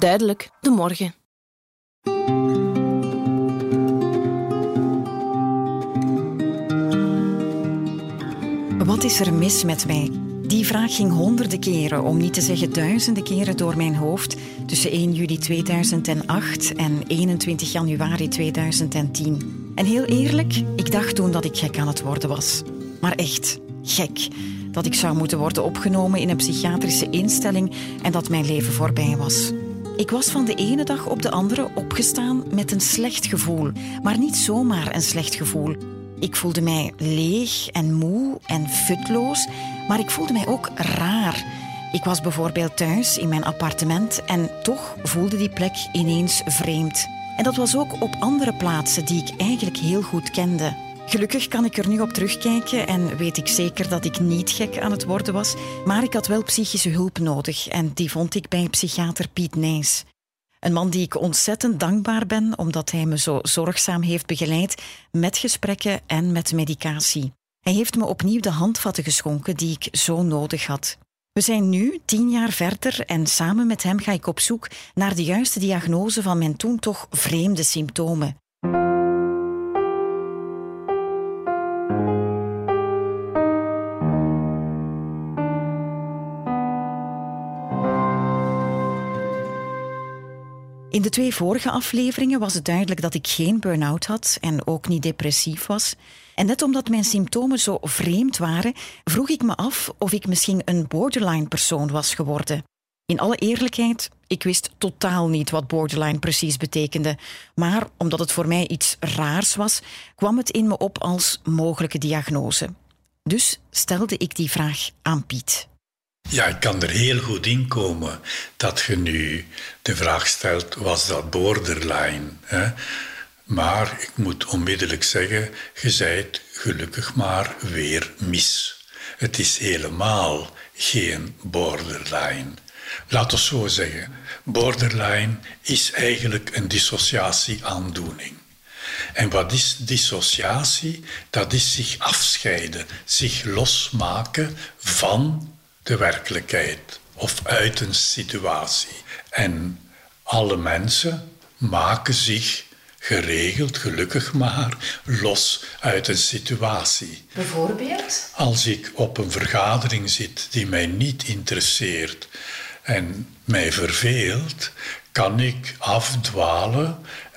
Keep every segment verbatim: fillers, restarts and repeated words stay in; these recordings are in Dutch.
Duidelijk, de morgen. Wat is er mis met mij? Die vraag ging honderden keren, om niet te zeggen duizenden keren door mijn hoofd tussen één juli tweeduizend acht en eenentwintig januari tweeduizend tien. En heel eerlijk, ik dacht toen dat ik gek aan het worden was. Maar echt, gek. Dat ik zou moeten worden opgenomen in een psychiatrische instelling en dat mijn leven voorbij was. Ik was van de ene dag op de andere opgestaan met een slecht gevoel. Maar niet zomaar een slecht gevoel. Ik voelde mij leeg en moe en futloos, maar ik voelde mij ook raar. Ik was bijvoorbeeld thuis in mijn appartement en toch voelde die plek ineens vreemd. En dat was ook op andere plaatsen die ik eigenlijk heel goed kende. Gelukkig kan ik er nu op terugkijken en weet ik zeker dat ik niet gek aan het worden was, maar ik had wel psychische hulp nodig en die vond ik bij psychiater Piet Nijs. Een man die ik ontzettend dankbaar ben, omdat hij me zo zorgzaam heeft begeleid met gesprekken en met medicatie. Hij heeft me opnieuw de handvatten geschonken die ik zo nodig had. We zijn nu tien jaar verder en samen met hem ga ik op zoek naar de juiste diagnose van mijn toen toch vreemde symptomen. In de twee vorige afleveringen was het duidelijk dat ik geen burn-out had en ook niet depressief was. En net omdat mijn symptomen zo vreemd waren, vroeg ik me af of ik misschien een borderline-persoon was geworden. In alle eerlijkheid, ik wist totaal niet wat borderline precies betekende. Maar omdat het voor mij iets raars was, kwam het in me op als mogelijke diagnose. Dus stelde ik die vraag aan Piet. Ja, ik kan er heel goed in komen dat je nu de vraag stelt, was dat borderline? Hè? Maar ik moet onmiddellijk zeggen, je zijt gelukkig maar weer mis. Het is helemaal geen borderline. Laat ons zo zeggen, borderline is eigenlijk een dissociatieaandoening. En wat is dissociatie? Dat is zich afscheiden, zich losmaken van de werkelijkheid of uit een situatie. En alle mensen maken zich geregeld, gelukkig maar, los uit een situatie. Bijvoorbeeld? Als ik op een vergadering zit die mij niet interesseert en mij verveelt, kan ik afdwalen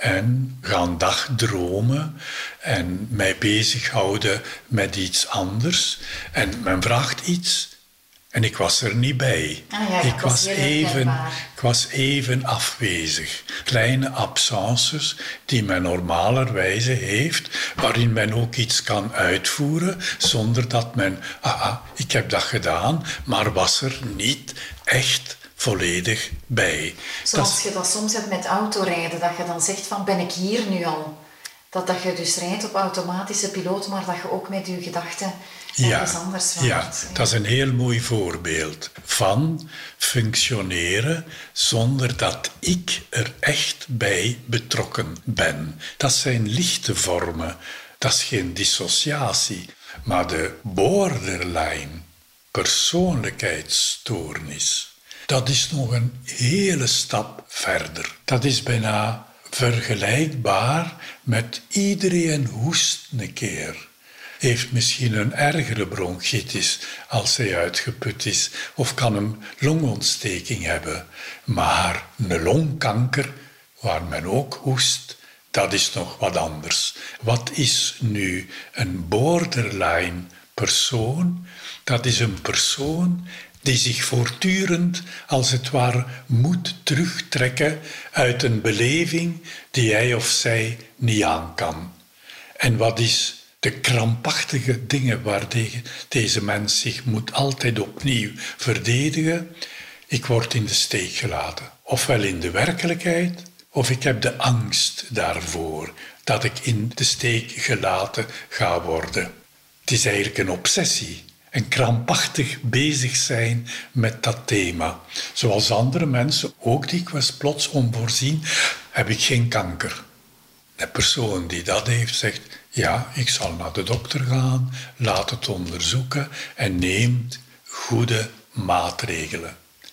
en gaan dagdromen en mij bezighouden met iets anders. En men vraagt iets en ik was er niet bij. Ah ja, ik, was even, ik was even afwezig. Kleine absences die men normalerwijze heeft, waarin men ook iets kan uitvoeren zonder dat men, ah, ah, ik heb dat gedaan, maar was er niet echt volledig bij. Zoals dat, je dat soms hebt met autorijden, dat je dan zegt van, ben ik hier nu al? Dat, dat je dus rijdt op automatische piloot, maar dat je ook met je gedachten ergens ja, anders waart. Ja, dat is een heel mooi voorbeeld van functioneren zonder dat ik er echt bij betrokken ben. Dat zijn lichte vormen, dat is geen dissociatie. Maar de borderline persoonlijkheidsstoornis, dat is nog een hele stap verder. Dat is bijna vergelijkbaar met iedereen hoest een keer. Heeft misschien een ergere bronchitis als hij uitgeput is, of kan een longontsteking hebben. Maar een longkanker, waar men ook hoest, dat is nog wat anders. Wat is nu een borderline persoon? Dat is een persoon die zich voortdurend, als het ware, moet terugtrekken uit een beleving die hij of zij niet aan kan. En wat is de krampachtige dingen waar deze mens zich moet altijd opnieuw verdedigen? Ik word in de steek gelaten. Ofwel in de werkelijkheid, of ik heb de angst daarvoor dat ik in de steek gelaten ga worden. Het is eigenlijk een obsessie. En krampachtig bezig zijn met dat thema. Zoals andere mensen, ook dikwijls plots onvoorzien, heb ik geen kanker. De persoon die dat heeft zegt, ja, ik zal naar de dokter gaan, laat het onderzoeken en neemt goede maatregelen.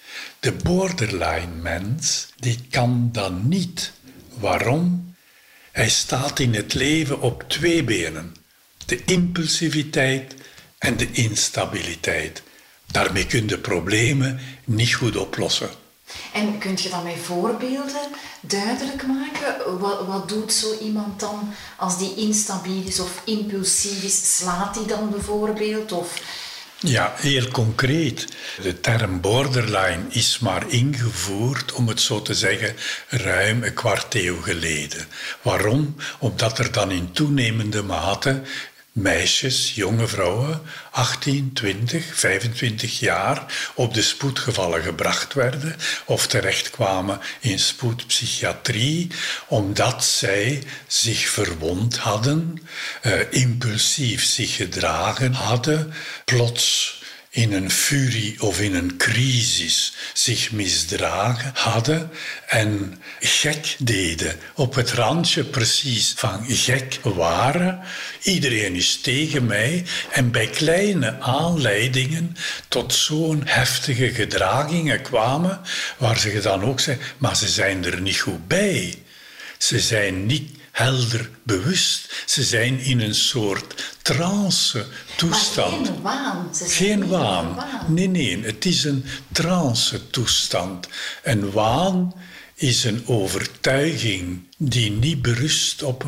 De borderline-mens, die kan dat niet. Waarom? Hij staat in het leven op twee benen. De impulsiviteit en de instabiliteit. Daarmee kun je problemen niet goed oplossen. En kun je dat met voorbeelden duidelijk maken? Wat, wat doet zo iemand dan als die instabiel is of impulsief is? Slaat hij dan bijvoorbeeld? Of... Ja, heel concreet. De term borderline is maar ingevoerd, om het zo te zeggen, ruim een kwart eeuw geleden. Waarom? Omdat er dan in toenemende mate meisjes, jonge vrouwen, achttien, twintig, vijfentwintig jaar, op de spoedgevallen gebracht werden of terechtkwamen in spoedpsychiatrie, omdat zij zich verwond hadden, uh, impulsief zich gedragen hadden, plots in een furie of in een crisis zich misdragen hadden en gek deden. Op het randje precies van gek waren. Iedereen is tegen mij. En bij kleine aanleidingen tot zo'n heftige gedragingen kwamen, waar ze dan ook zeggen, maar ze zijn er niet goed bij. Ze zijn niet helder bewust. Ze zijn in een soort trance-toestand. Maar geen waan. Ze zijn geen waan. waan. Nee, nee. Het is een trance-toestand. Een waan is een overtuiging die niet berust op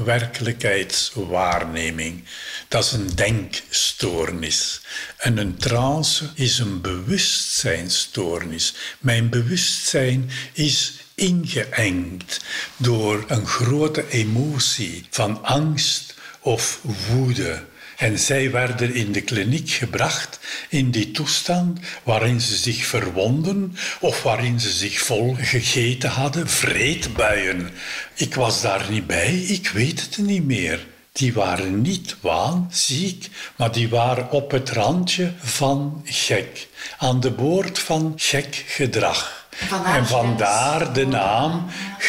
werkelijkheidswaarneming. Dat is een denkstoornis. En een trance is een bewustzijnstoornis. Mijn bewustzijn is ingeëngd door een grote emotie van angst of woede. En zij werden in de kliniek gebracht in die toestand waarin ze zich verwonden of waarin ze zich vol gegeten hadden, vreedbuien. Ik was daar niet bij, ik weet het niet meer. Die waren niet waanziek, maar die waren op het randje van gek. Aan de boord van gek gedrag. Vandaar en vandaar de naam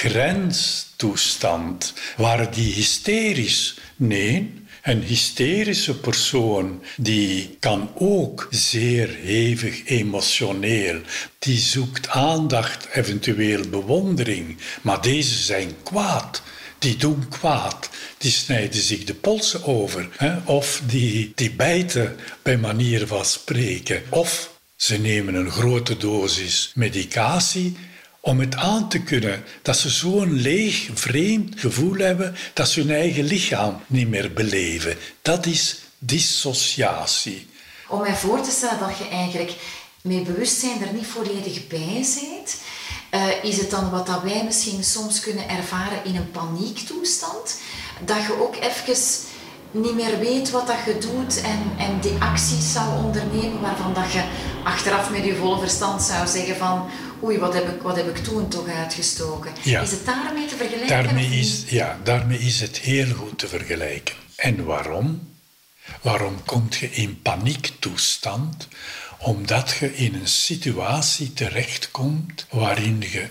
grenstoestand. Waren die hysterisch? Nee. Een hysterische persoon die kan ook zeer hevig emotioneel. Die zoekt aandacht, eventueel bewondering. Maar deze zijn kwaad. Die doen kwaad. Die snijden zich de polsen over. Hè? Of die, die bijten, bij manier van spreken. Of ze nemen een grote dosis medicatie om het aan te kunnen. Dat ze zo'n leeg, vreemd gevoel hebben dat ze hun eigen lichaam niet meer beleven. Dat is dissociatie. Om mij voor te stellen dat je eigenlijk met bewustzijn er niet volledig bij bent, uh, is het dan wat dat wij misschien soms kunnen ervaren in een paniektoestand? Dat je ook even niet meer weet wat dat je doet en, en die acties zou ondernemen waarvan dat je achteraf met je volle verstand zou zeggen van oei, wat heb ik, wat heb ik toen toch uitgestoken? Ja. Is het daarmee te vergelijken? Daarmee is, ja, daarmee is het heel goed te vergelijken. En waarom? Waarom kom je in paniektoestand? Omdat je in een situatie terechtkomt waarin je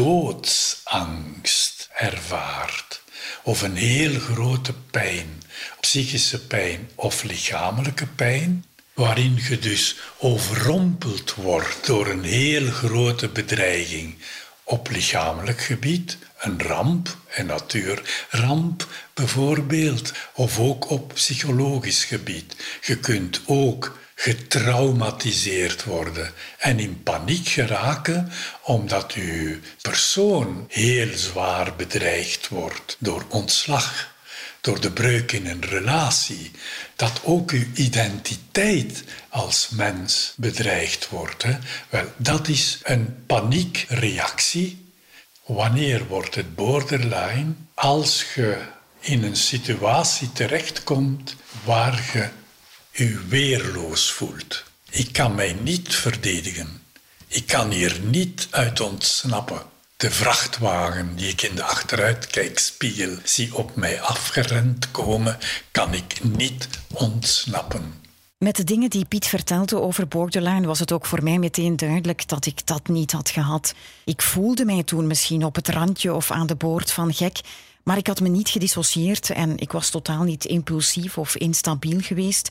doodsangst ervaart. Of een heel grote pijn, psychische pijn of lichamelijke pijn, waarin je dus overrompeld wordt door een heel grote bedreiging op lichamelijk gebied, een ramp, een natuurramp bijvoorbeeld, of ook op psychologisch gebied. Je kunt ook getraumatiseerd worden en in paniek geraken omdat uw persoon heel zwaar bedreigd wordt door ontslag, door de breuk in een relatie, dat ook uw identiteit als mens bedreigd wordt. Hè? Wel, dat is een paniekreactie. Wanneer wordt het borderline? Als je in een situatie terechtkomt waar je je weerloos voelt. Ik kan mij niet verdedigen. Ik kan hier niet uit ontsnappen. De vrachtwagen die ik in de achteruitkijkspiegel zie op mij afgerend komen, kan ik niet ontsnappen. Met de dingen die Piet vertelde over borderline was het ook voor mij meteen duidelijk dat ik dat niet had gehad. Ik voelde mij toen misschien op het randje of aan de boord van gek, maar ik had me niet gedissocieerd en ik was totaal niet impulsief of instabiel geweest.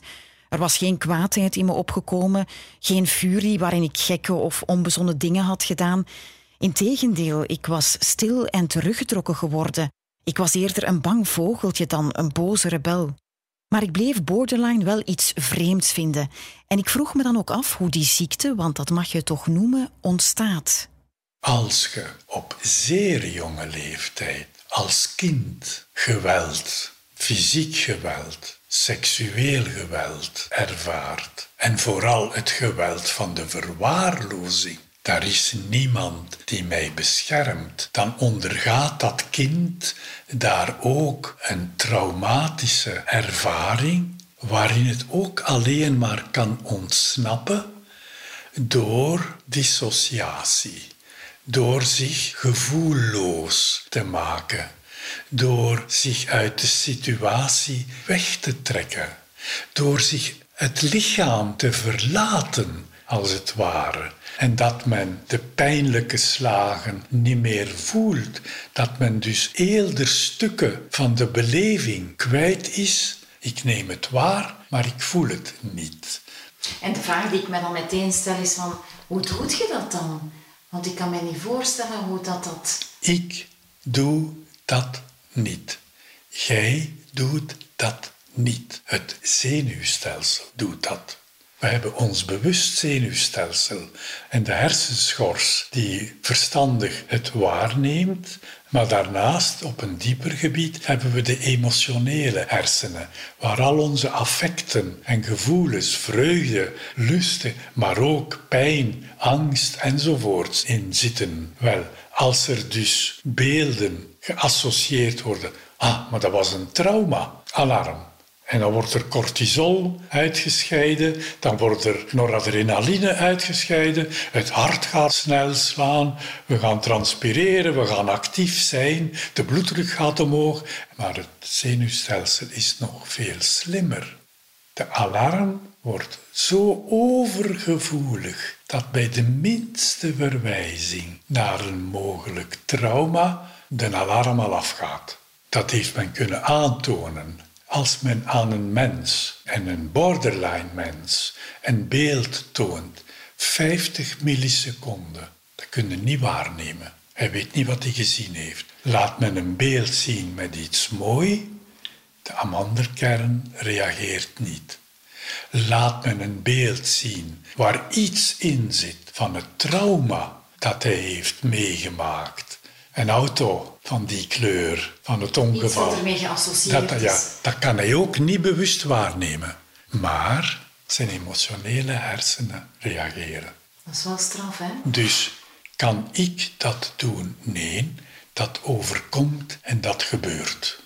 Er was geen kwaadheid in me opgekomen, geen furie waarin ik gekke of onbezonnen dingen had gedaan. Integendeel, ik was stil en teruggetrokken geworden. Ik was eerder een bang vogeltje dan een boze rebel. Maar ik bleef borderline wel iets vreemds vinden. En ik vroeg me dan ook af hoe die ziekte, want dat mag je toch noemen, ontstaat. Als je op zeer jonge leeftijd als kind geweld, fysiek geweld, seksueel geweld ervaart en vooral het geweld van de verwaarlozing, daar is niemand die mij beschermt, dan ondergaat dat kind daar ook een traumatische ervaring waarin het ook alleen maar kan ontsnappen door dissociatie, door zich gevoelloos te maken, door zich uit de situatie weg te trekken, door zich het lichaam te verlaten, als het ware. En dat men de pijnlijke slagen niet meer voelt, dat men dus eerder stukken van de beleving kwijt is. Ik neem het waar, maar ik voel het niet. En de vraag die ik me dan meteen stel is van, hoe doe je dat dan? Want ik kan me niet voorstellen hoe dat... dat... Ik doe dat niet. Jij doet dat niet. Het zenuwstelsel doet dat. We hebben ons bewust zenuwstelsel en de hersenschors die verstandig het waarneemt, maar daarnaast, op een dieper gebied, hebben we de emotionele hersenen, waar al onze affecten en gevoelens, vreugde, lusten, maar ook pijn, angst enzovoorts in zitten. Wel, als er dus beelden geassocieerd worden, ah, maar dat was een trauma, alarm. En dan wordt er cortisol uitgescheiden, dan wordt er noradrenaline uitgescheiden, het hart gaat snel slaan, we gaan transpireren, we gaan actief zijn, de bloeddruk gaat omhoog, maar het zenuwstelsel is nog veel slimmer. De alarm wordt zo overgevoelig dat bij de minste verwijzing naar een mogelijk trauma de alarm al afgaat. Dat heeft men kunnen aantonen. Als men aan een mens, en een borderline mens, een beeld toont, vijftig milliseconden, dat kun je niet waarnemen. Hij weet niet wat hij gezien heeft. Laat men een beeld zien met iets moois, de amandelkern reageert niet. Laat men een beeld zien waar iets in zit van het trauma dat hij heeft meegemaakt. Een auto van die kleur, van het ongeval. Iets wat ermee geassocieerd dat, is. Ja, dat kan hij ook niet bewust waarnemen. Maar zijn emotionele hersenen reageren. Dat is wel straf, hè? Dus kan ik dat doen? Nee, dat overkomt en dat gebeurt.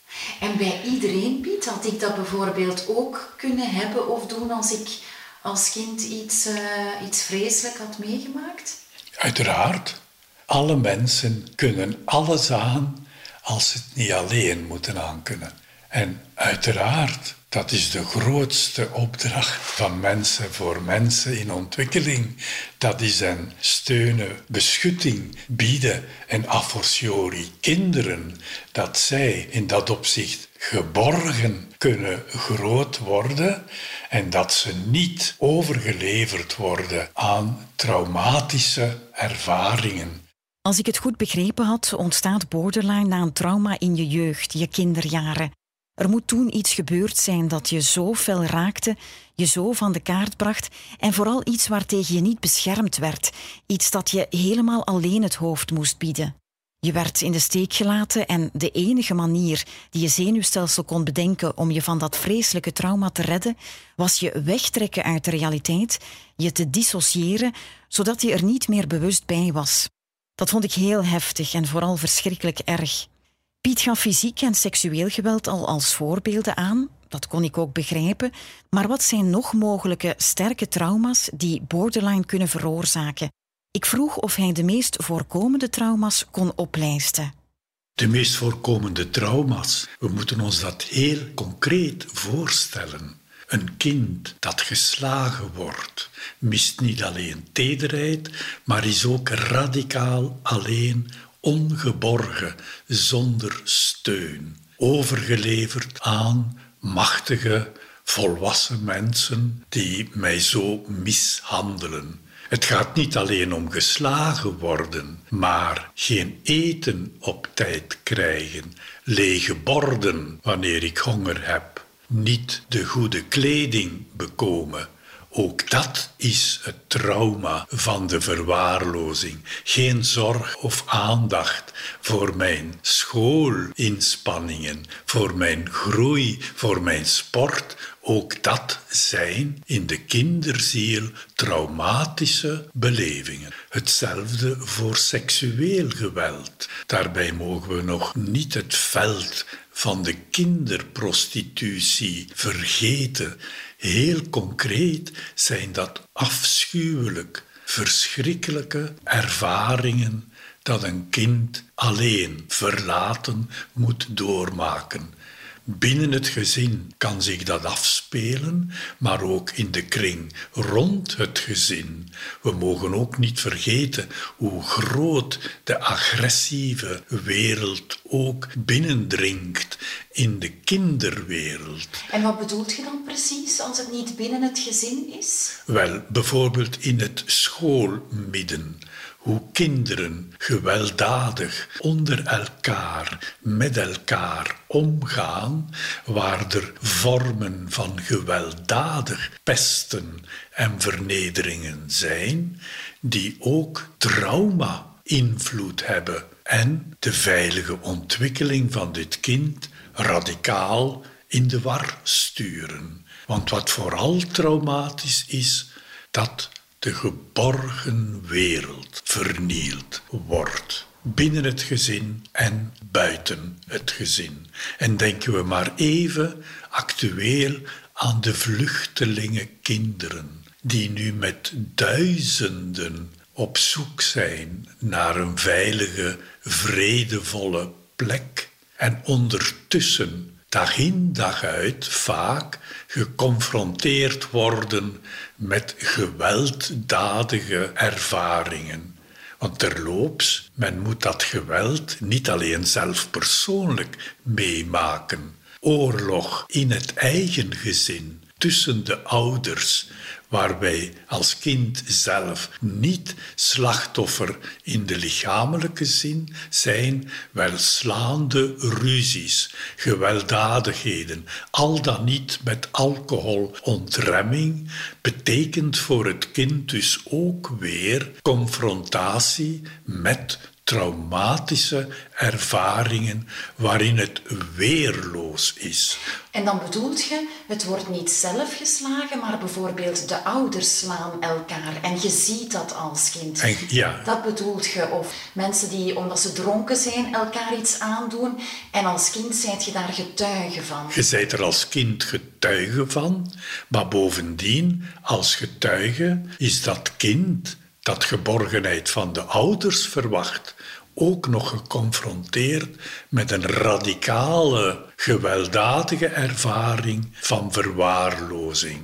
En bij iedereen, Piet, had ik dat bijvoorbeeld ook kunnen hebben of doen als ik als kind iets, uh, iets vreselijk had meegemaakt? Uiteraard. Alle mensen kunnen alles aan als ze het niet alleen moeten aankunnen. En uiteraard, dat is de grootste opdracht van mensen voor mensen in ontwikkeling. Dat is hen steunen, beschutting bieden en a fortiori kinderen, dat zij in dat opzicht geborgen kunnen groot worden en dat ze niet overgeleverd worden aan traumatische ervaringen. Als ik het goed begrepen had, ontstaat borderline na een trauma in je jeugd, je kinderjaren. Er moet toen iets gebeurd zijn dat je zo fel raakte, je zo van de kaart bracht en vooral iets waartegen je niet beschermd werd. Iets dat je helemaal alleen het hoofd moest bieden. Je werd in de steek gelaten en de enige manier die je zenuwstelsel kon bedenken om je van dat vreselijke trauma te redden, was je wegtrekken uit de realiteit, je te dissociëren, zodat je er niet meer bewust bij was. Dat vond ik heel heftig en vooral verschrikkelijk erg. Piet gaf fysiek en seksueel geweld al als voorbeelden aan. Dat kon ik ook begrijpen. Maar wat zijn nog mogelijke sterke trauma's die borderline kunnen veroorzaken? Ik vroeg of hij de meest voorkomende trauma's kon oplijsten. De meest voorkomende trauma's, we moeten ons dat heel concreet voorstellen. Een kind dat geslagen wordt, mist niet alleen tederheid, maar is ook radicaal alleen, ongeborgen, zonder steun, overgeleverd aan machtige, volwassen mensen die mij zo mishandelen. Het gaat niet alleen om geslagen worden, maar geen eten op tijd krijgen, lege borden wanneer ik honger heb, niet de goede kleding bekomen. Ook dat is het trauma van de verwaarlozing. Geen zorg of aandacht voor mijn schoolinspanningen, voor mijn groei, voor mijn sport. Ook dat zijn in de kinderziel traumatische belevingen. Hetzelfde voor seksueel geweld. Daarbij mogen we nog niet het veld van de kinderprostitutie vergeten. Heel concreet zijn dat afschuwelijk, verschrikkelijke ervaringen dat een kind alleen, verlaten, moet doormaken. Binnen het gezin kan zich dat afspelen, maar ook in de kring rond het gezin. We mogen ook niet vergeten hoe groot de agressieve wereld ook binnendringt in de kinderwereld. En wat bedoelt je dan precies als het niet binnen het gezin is? Wel, bijvoorbeeld in het schoolmidden. Hoe kinderen gewelddadig onder elkaar, met elkaar omgaan, waar er vormen van gewelddadig pesten en vernederingen zijn, die ook trauma-invloed hebben en de veilige ontwikkeling van dit kind radicaal in de war sturen. Want wat vooral traumatisch is, dat de geborgen wereld vernield wordt. Binnen het gezin en buiten het gezin. En denken we maar even actueel aan de vluchtelingenkinderen, die nu met duizenden op zoek zijn naar een veilige, vredevolle plek. En ondertussen dag in dag uit vaak geconfronteerd worden met gewelddadige ervaringen. Want terloops, men moet dat geweld niet alleen zelf persoonlijk meemaken. Oorlog in het eigen gezin, tussen de ouders, waar wij als kind zelf niet slachtoffer in de lichamelijke zin zijn, wel slaande ruzies, gewelddadigheden, al dan niet met alcoholontremming, betekent voor het kind dus ook weer confrontatie met traumatische ervaringen waarin het weerloos is. En dan bedoelt je, het wordt niet zelf geslagen, maar bijvoorbeeld de ouders slaan elkaar. En je ziet dat als kind. En, ja. Dat bedoelt je. Of mensen die, omdat ze dronken zijn, elkaar iets aandoen. En als kind zijt je daar getuige van. Je zijt er als kind getuige van, maar bovendien, als getuige is dat kind dat geborgenheid van de ouders verwacht, ook nog geconfronteerd met een radicale, gewelddadige ervaring van verwaarlozing.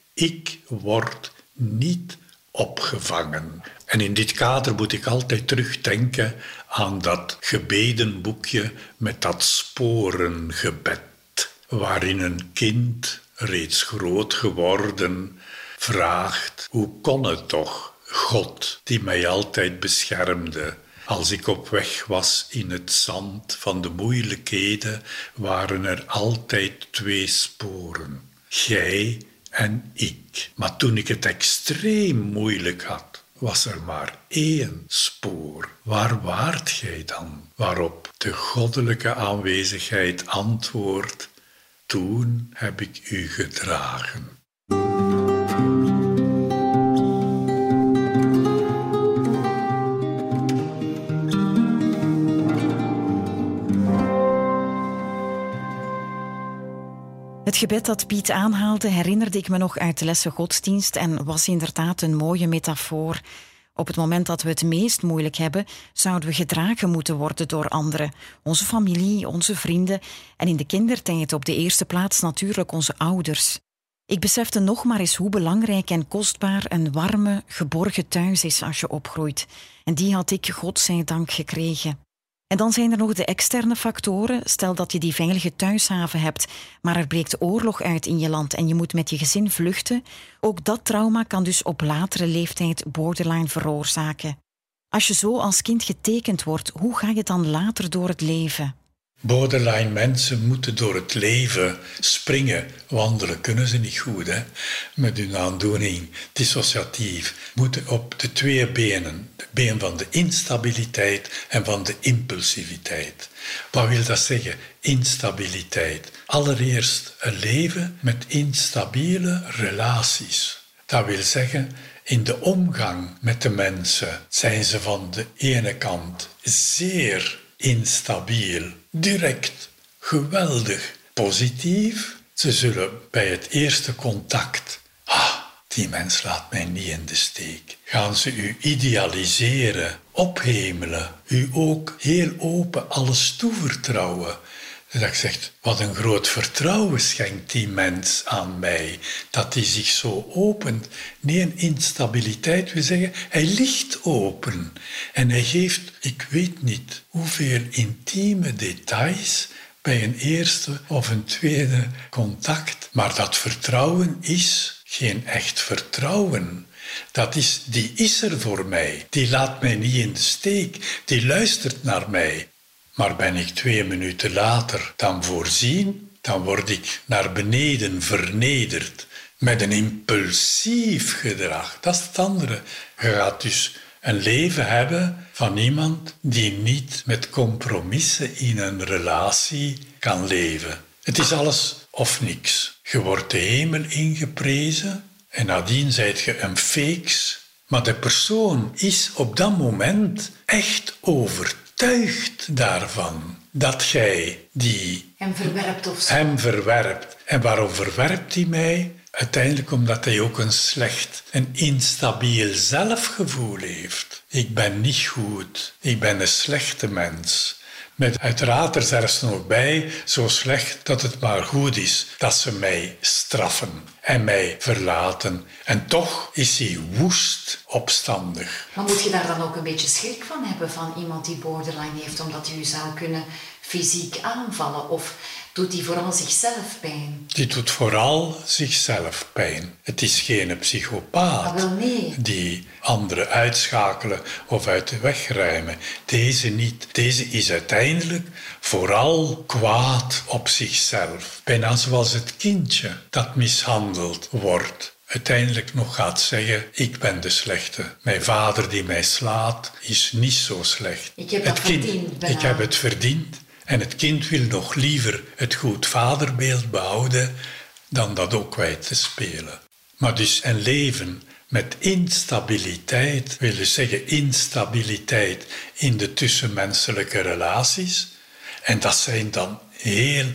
Ik word niet opgevangen. En in dit kader moet ik altijd terugdenken aan dat gebedenboekje met dat sporengebed, waarin een kind, reeds groot geworden, vraagt: hoe kon het toch, God, die mij altijd beschermde? Als ik op weg was in het zand van de moeilijkheden, waren er altijd twee sporen. Gij en ik. Maar toen ik het extreem moeilijk had, was er maar één spoor. Waar waart gij dan? Waarop de goddelijke aanwezigheid antwoordt: toen heb ik u gedragen. Het gebed dat Piet aanhaalde herinnerde ik me nog uit de lessen godsdienst en was inderdaad een mooie metafoor. Op het moment dat we het meest moeilijk hebben, zouden we gedragen moeten worden door anderen. Onze familie, onze vrienden en in de kindertijd op de eerste plaats natuurlijk onze ouders. Ik besefte nog maar eens hoe belangrijk en kostbaar een warme, geborgen thuis is als je opgroeit. En die had ik, godzijdank, gekregen. En dan zijn er nog de externe factoren. Stel dat je die veilige thuishaven hebt, maar er breekt oorlog uit in je land en je moet met je gezin vluchten. Ook dat trauma kan dus op latere leeftijd borderline veroorzaken. Als je zo als kind getekend wordt, hoe ga je dan later door het leven? Borderline mensen moeten door het leven springen. Wandelen kunnen ze niet goed, hè? Met hun aandoening, dissociatief. Moeten op de twee benen. Het been van de instabiliteit en van de impulsiviteit. Wat wil dat zeggen? Instabiliteit. Allereerst een leven met instabiele relaties. Dat wil zeggen, in de omgang met de mensen zijn ze van de ene kant zeer instabiel, direct, geweldig, positief. Ze zullen bij het eerste contact, ah, die mens laat mij niet in de steek, gaan ze u idealiseren, ophemelen, u ook heel open alles toevertrouwen. Dat ik zeg, wat een groot vertrouwen schenkt die mens aan mij, dat hij zich zo opent. Nee, een instabiliteit wil zeggen, hij ligt open. En hij geeft, ik weet niet hoeveel intieme details bij een eerste of een tweede contact. Maar dat vertrouwen is geen echt vertrouwen. Dat is, die is er voor mij, die laat mij niet in de steek, die luistert naar mij. Maar ben ik twee minuten later dan voorzien, dan word ik naar beneden vernederd met een impulsief gedrag. Dat is het andere. Je gaat dus een leven hebben van iemand die niet met compromissen in een relatie kan leven. Het is alles of niks. Je wordt de hemel ingeprezen en nadien zijt je een fakes. Maar de persoon is op dat moment echt overtuigd. Tuigt daarvan dat jij die hem verwerpt of zo. Hem verwerpt. En waarom verwerpt hij mij? Uiteindelijk omdat hij ook een slecht, een instabiel zelfgevoel heeft. Ik ben niet goed. Ik ben een slechte mens. Met uiteraard er zelfs nog bij, zo slecht dat het maar goed is dat ze mij straffen en mij verlaten. En toch is hij woest opstandig. Maar moet je daar dan ook een beetje schrik van hebben van iemand die borderline heeft, omdat hij u zou kunnen fysiek aanvallen? Of doet hij vooral zichzelf pijn? Die doet vooral zichzelf pijn. Het is geen psychopaat ah, wel, nee. die anderen uitschakelen of uit de weg ruimen. Deze niet. Deze is uiteindelijk vooral kwaad op zichzelf. Bijna zoals het kindje dat mishandeld wordt. Uiteindelijk nog gaat zeggen, ik ben de slechte. Mijn vader die mij slaat is niet zo slecht. Ik heb het verdiend. Ik heb het verdiend. En het kind wil nog liever het goed vaderbeeld behouden dan dat ook kwijt te spelen. Maar dus een leven met instabiliteit, wil dus zeggen instabiliteit in de tussenmenselijke relaties. En dat zijn dan heel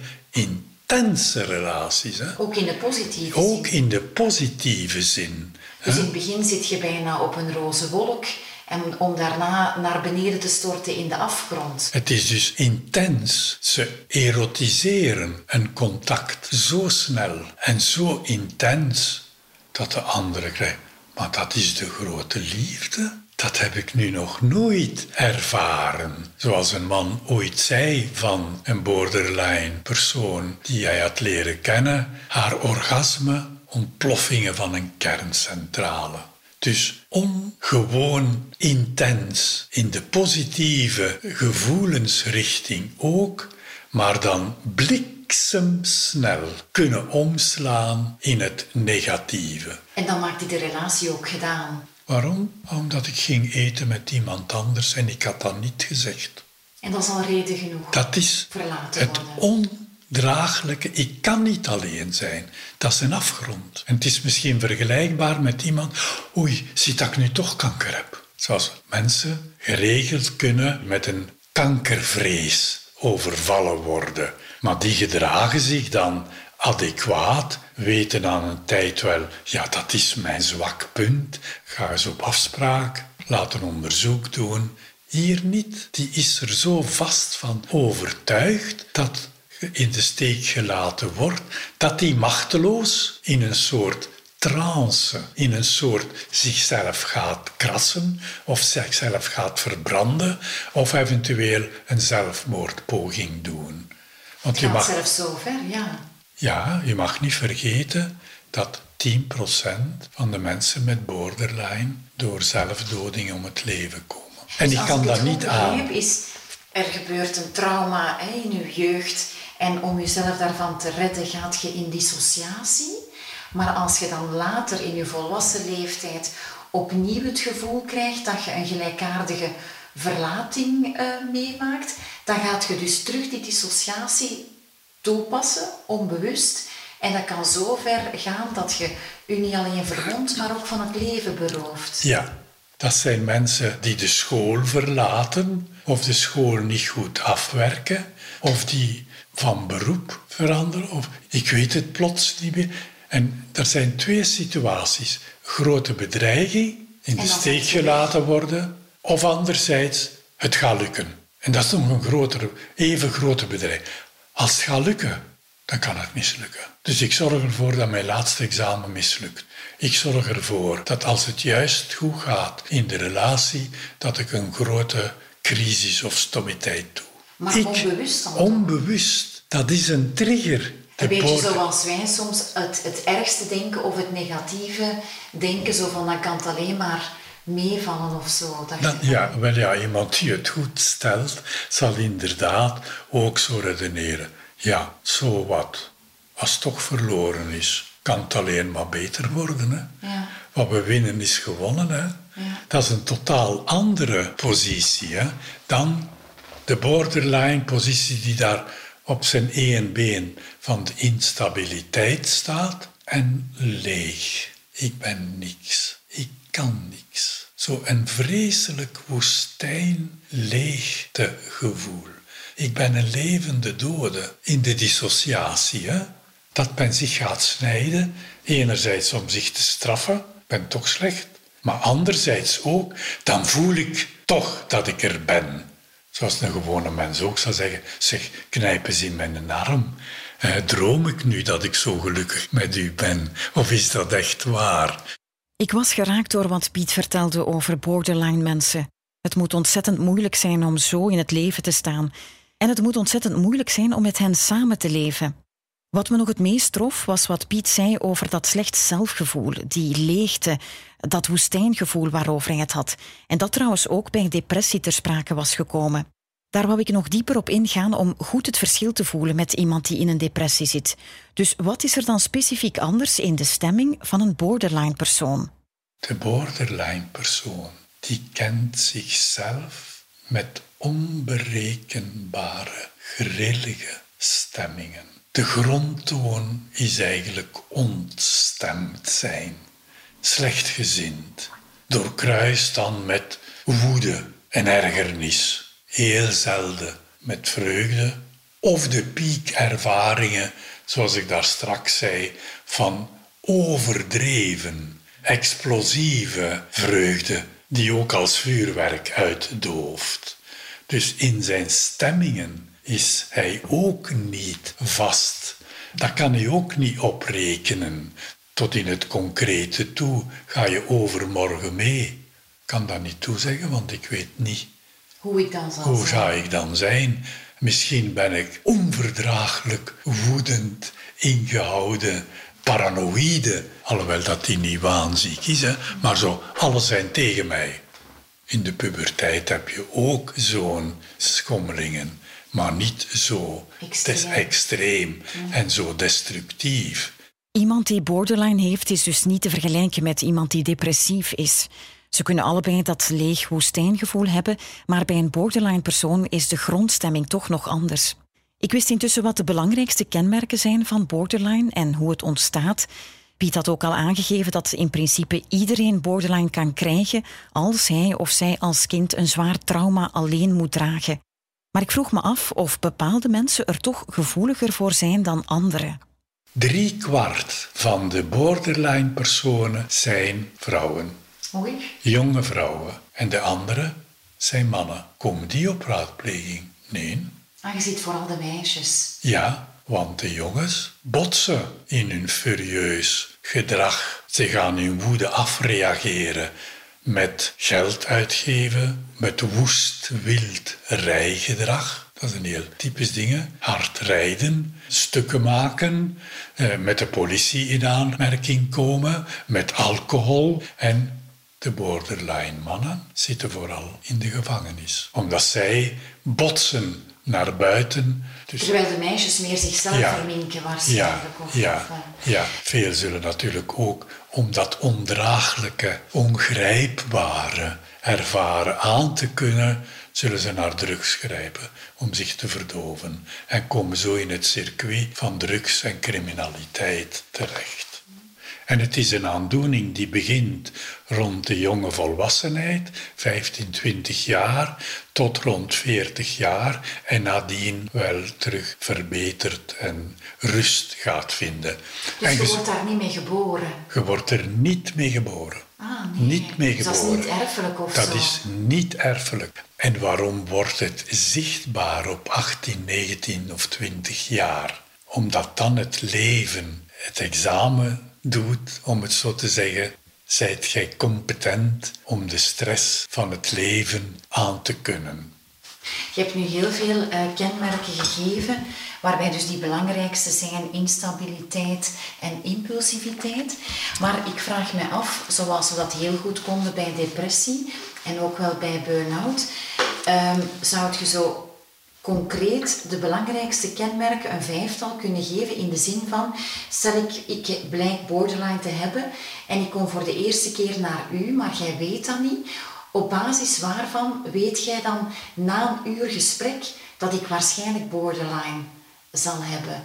intense relaties. Hè? Ook in de positieve ook zin. Ook in de positieve zin. Dus hè? in het begin zit je bijna op een roze wolk. En om daarna naar beneden te storten in de afgrond. Het is dus intens. Ze erotiseren een contact zo snel en zo intens dat de andere krijgt. Maar dat is de grote liefde. Dat heb ik nu nog nooit ervaren. Zoals een man ooit zei van een borderline persoon die hij had leren kennen. Haar orgasme, ontploffingen van een kerncentrale. Dus ongewoon intens, in de positieve gevoelensrichting ook, maar dan bliksemsnel kunnen omslaan in het negatieve. En dan maakt hij de relatie ook gedaan. Waarom? Omdat ik ging eten met iemand anders en ik had dat niet gezegd. En dat is al reden genoeg. Dat is verlaten het worden. Draaglijke, ik kan niet alleen zijn. Dat is een afgrond. En het is misschien vergelijkbaar met iemand, oei, ziet dat ik nu toch kanker heb. Zoals mensen geregeld kunnen met een kankervrees overvallen worden. Maar die gedragen zich dan adequaat, weten aan een tijd wel, ja, dat is mijn zwak punt. Ga eens op afspraak, laat een onderzoek doen. Hier niet. Die is er zo vast van overtuigd dat in de steek gelaten wordt, dat die machteloos in een soort trance, in een soort zichzelf gaat krassen of zichzelf gaat verbranden of eventueel een zelfmoordpoging doen. Want het je gaat mag, zelfs zo ver, ja. Ja, je mag niet vergeten dat tien procent van de mensen met borderline door zelfdoding om het leven komen. En Dus ik kan dat niet aan. Heb, is, er gebeurt een trauma hè, in je jeugd en om jezelf daarvan te redden gaat je in dissociatie. Maar als je dan later in je volwassen leeftijd opnieuw het gevoel krijgt dat je een gelijkaardige verlating uh, meemaakt, dan gaat je dus terug die dissociatie toepassen, onbewust. En dat kan zo ver gaan dat je je niet alleen verwondt, maar ook van het leven berooft. Ja, dat zijn mensen die de school verlaten, of de school niet goed afwerken, of die van beroep veranderen, of ik weet het plots niet meer. En er zijn twee situaties. Grote bedreiging, in de steek gelaten worden, of anderzijds het gaat lukken. En dat is nog een grotere, even grote bedreiging. Als het gaat lukken, dan kan het mislukken. Dus ik zorg ervoor dat mijn laatste examen mislukt. Ik zorg ervoor dat als het juist goed gaat in de relatie, dat ik een grote crisis of stommiteit doe. Maar ik, onbewust dan? Onbewust. Dat is een trigger. Een beetje zoals wij soms het, het ergste denken of het negatieve denken, zo van dan kan het alleen maar meevallen of zo. Dat Dan, ja, wel ja, iemand die het goed stelt, zal inderdaad ook zo redeneren. Ja, zo wat. Als het toch verloren is, kan het alleen maar beter worden. Hè? Ja. Wat we winnen is gewonnen. Hè? Ja. Dat is een totaal andere positie hè, dan de borderline-positie die daar op zijn één been van de instabiliteit staat en leeg. Ik ben niks. Ik kan niks. Zo een vreselijk woestijn leegte gevoel. Ik ben een levende dode in de dissociatie. Hè? Dat men zich gaat snijden, enerzijds om zich te straffen, ik ben toch slecht, maar anderzijds ook, dan voel ik toch dat ik er ben. Zoals een gewone mens ook zou zeggen, zeg, knijp eens in mijn arm. Eh, droom ik nu dat ik zo gelukkig met u ben? Of is dat echt waar? Ik was geraakt door wat Piet vertelde over borderline mensen. Het moet ontzettend moeilijk zijn om zo in het leven te staan. En het moet ontzettend moeilijk zijn om met hen samen te leven. Wat me nog het meest trof, was wat Piet zei over dat slecht zelfgevoel, die leegte, dat woestijngevoel waarover hij het had. En dat trouwens ook bij depressie ter sprake was gekomen. Daar wou ik nog dieper op ingaan om goed het verschil te voelen met iemand die in een depressie zit. Dus wat is er dan specifiek anders in de stemming van een borderline-persoon? De borderline-persoon, die kent zichzelf met onberekenbare, grillige stemmingen. De grondtoon is eigenlijk ontstemd zijn, slechtgezind, doorkruist dan met woede en ergernis, heel zelden met vreugde, of de piekervaringen, zoals ik daar straks zei, van overdreven, explosieve vreugde, die ook als vuurwerk uitdooft. Dus in zijn stemmingen is hij ook niet vast. Dat kan hij ook niet oprekenen. Tot in het concrete toe. Ga je overmorgen mee? Ik kan dat niet toezeggen, want ik weet niet. Hoe ik dan zal Hoe zijn. ga ik dan zijn? Misschien ben ik onverdraaglijk, woedend, ingehouden, paranoïde. Alhoewel dat die niet waanziek is, hè? Maar zo, alles zijn tegen mij. In de puberteit heb je ook zo'n schommelingen. Maar niet zo des extreem ja. en zo destructief. Iemand die borderline heeft is dus niet te vergelijken met iemand die depressief is. Ze kunnen allebei dat leeg woestijngevoel hebben, maar bij een borderline-persoon is de grondstemming toch nog anders. Ik wist intussen wat de belangrijkste kenmerken zijn van borderline en hoe het ontstaat. Piet had ook al aangegeven dat in principe iedereen borderline kan krijgen als hij of zij als kind een zwaar trauma alleen moet dragen. Maar ik vroeg me af of bepaalde mensen er toch gevoeliger voor zijn dan anderen. Drie kwart van de borderline-personen zijn vrouwen. Oei. Jonge vrouwen. En de andere zijn mannen. Komen die op raadpleging? Nee. Ah, je ziet vooral de meisjes. Ja, want de jongens botsen in hun furieus gedrag. Ze gaan hun woede afreageren met geld uitgeven, met woest, wild rijgedrag. Dat is een heel typisch ding. Hard rijden, stukken maken, eh, met de politie in aanmerking komen, met alcohol. En de borderline mannen zitten vooral in de gevangenis. Omdat zij botsen naar buiten. Dus terwijl de meisjes meer zichzelf ja, verminken waarschijnlijk. Ja, of, ja, of, ja, veel zullen natuurlijk ook om dat ondraaglijke, ongrijpbare ervaren aan te kunnen, zullen ze naar drugs grijpen om zich te verdoven en komen zo in het circuit van drugs en criminaliteit terecht. En het is een aandoening die begint rond de jonge volwassenheid, vijftien, twintig jaar, tot rond veertig jaar en nadien wel terug verbetert en rust gaat vinden. Dus en je wordt daar niet mee geboren? Je wordt er niet mee geboren. Ah, nee. Niet mee dus geboren. dat is niet erfelijk of dat zo? Dat is niet erfelijk. En waarom wordt het zichtbaar op achttien, negentien of twintig jaar? Omdat dan het leven, het examen doet, om het zo te zeggen, zijt gij competent om de stress van het leven aan te kunnen. Je hebt nu heel veel uh, kenmerken gegeven, waarbij dus die belangrijkste zijn instabiliteit en impulsiviteit. Maar ik vraag me af, zoals we dat heel goed konden bij depressie en ook wel bij burn-out, um, zou je zo concreet de belangrijkste kenmerken, een vijftal, kunnen geven in de zin van, stel ik, ik blijk borderline te hebben en ik kom voor de eerste keer naar u, maar jij weet dat niet. Op basis waarvan weet jij dan na een uur gesprek dat ik waarschijnlijk borderline zal hebben?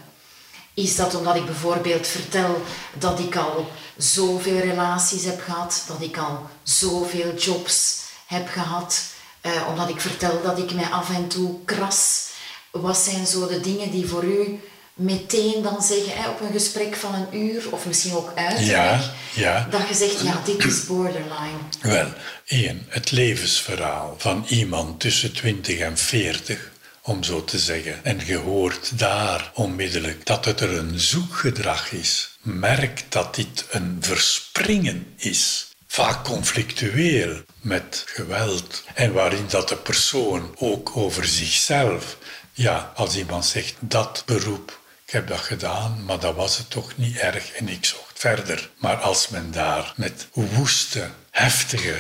Is dat omdat ik bijvoorbeeld vertel dat ik al zoveel relaties heb gehad, dat ik al zoveel jobs heb gehad, uh, omdat ik vertel dat ik mij af en toe kras? Wat zijn zo de dingen die voor u meteen dan zeggen, hè, op een gesprek van een uur, of misschien ook uitweg, ja, ja. dat je zegt, ja, dit is borderline? Wel, één, het levensverhaal van iemand tussen twintig en veertig, om zo te zeggen. En je hoort daar onmiddellijk dat het er een zoekgedrag is. Merk dat dit een verspringen is. Vaak conflictueel met geweld. En waarin dat de persoon ook over zichzelf, ja, als iemand zegt, dat beroep, ik heb dat gedaan, maar dat was het toch niet erg en ik zocht verder. Maar als men daar met woeste, heftige,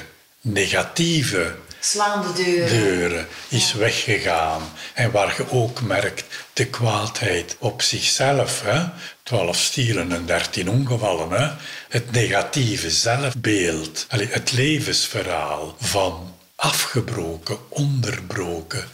negatieve slaande deuren, deuren is ja. weggegaan. En waar je ook merkt de kwaadheid op zichzelf. Hè? twaalf stieren en dertien ongevallen. Hè? Het negatieve zelfbeeld. Allee, het levensverhaal van afgebroken, onderbroken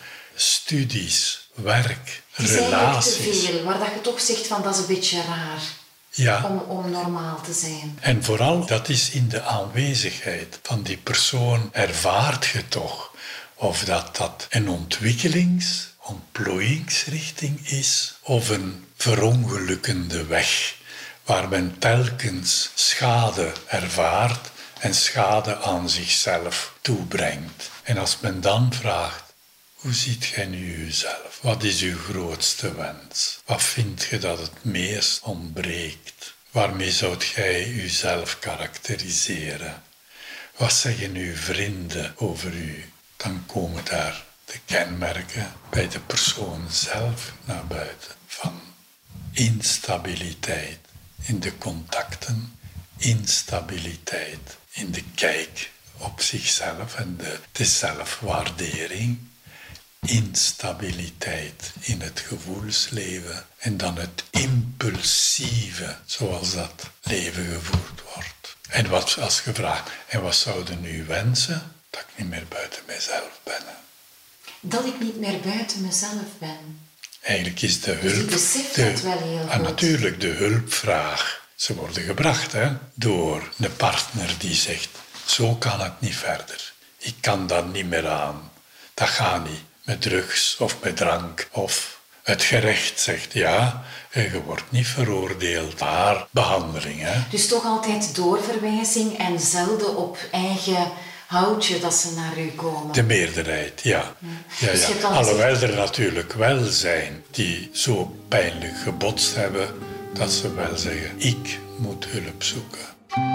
studies, werk, het is relaties. Het is te veel, waar dat je toch zegt van dat is een beetje raar. Ja. Om, om normaal te zijn. En vooral, dat is in de aanwezigheid van die persoon, ervaart je toch of dat dat een ontwikkelings- ontplooiingsrichting is of een verongelukkende weg waar men telkens schade ervaart en schade aan zichzelf toebrengt. En als men dan vraagt, hoe ziet gij nu uzelf? Wat is uw grootste wens? Wat vindt je dat het meest ontbreekt? Waarmee zoudt gij uzelf karakteriseren? Wat zeggen uw vrienden over u? Dan komen daar de kenmerken bij de persoon zelf naar buiten. Van instabiliteit in de contacten, instabiliteit in de kijk op zichzelf en de, de zelfwaardering, instabiliteit in het gevoelsleven en dan het impulsieve, zoals dat leven gevoerd wordt. En wat als gevraagd, en wat zouden nu wensen? Dat ik niet meer buiten mezelf ben. Dat ik niet meer buiten mezelf ben. Eigenlijk is de hulp... Dus je beseft de, dat wel heel ah, goed. Natuurlijk, de hulpvraag. Ze worden gebracht hè, door een partner die zegt, zo kan het niet verder. Ik kan dat niet meer aan. Dat gaat niet. Met drugs of met drank. Of het gerecht zegt, ja, je wordt niet veroordeeld. Maar behandeling. Hè. Dus toch altijd doorverwijzing en zelden op eigen houtje dat ze naar u komen. De meerderheid, ja. ja. ja, Dus ja. Alhoewel er natuurlijk wel zijn die zo pijnlijk gebotst hebben dat ze wel zeggen, ik moet hulp zoeken.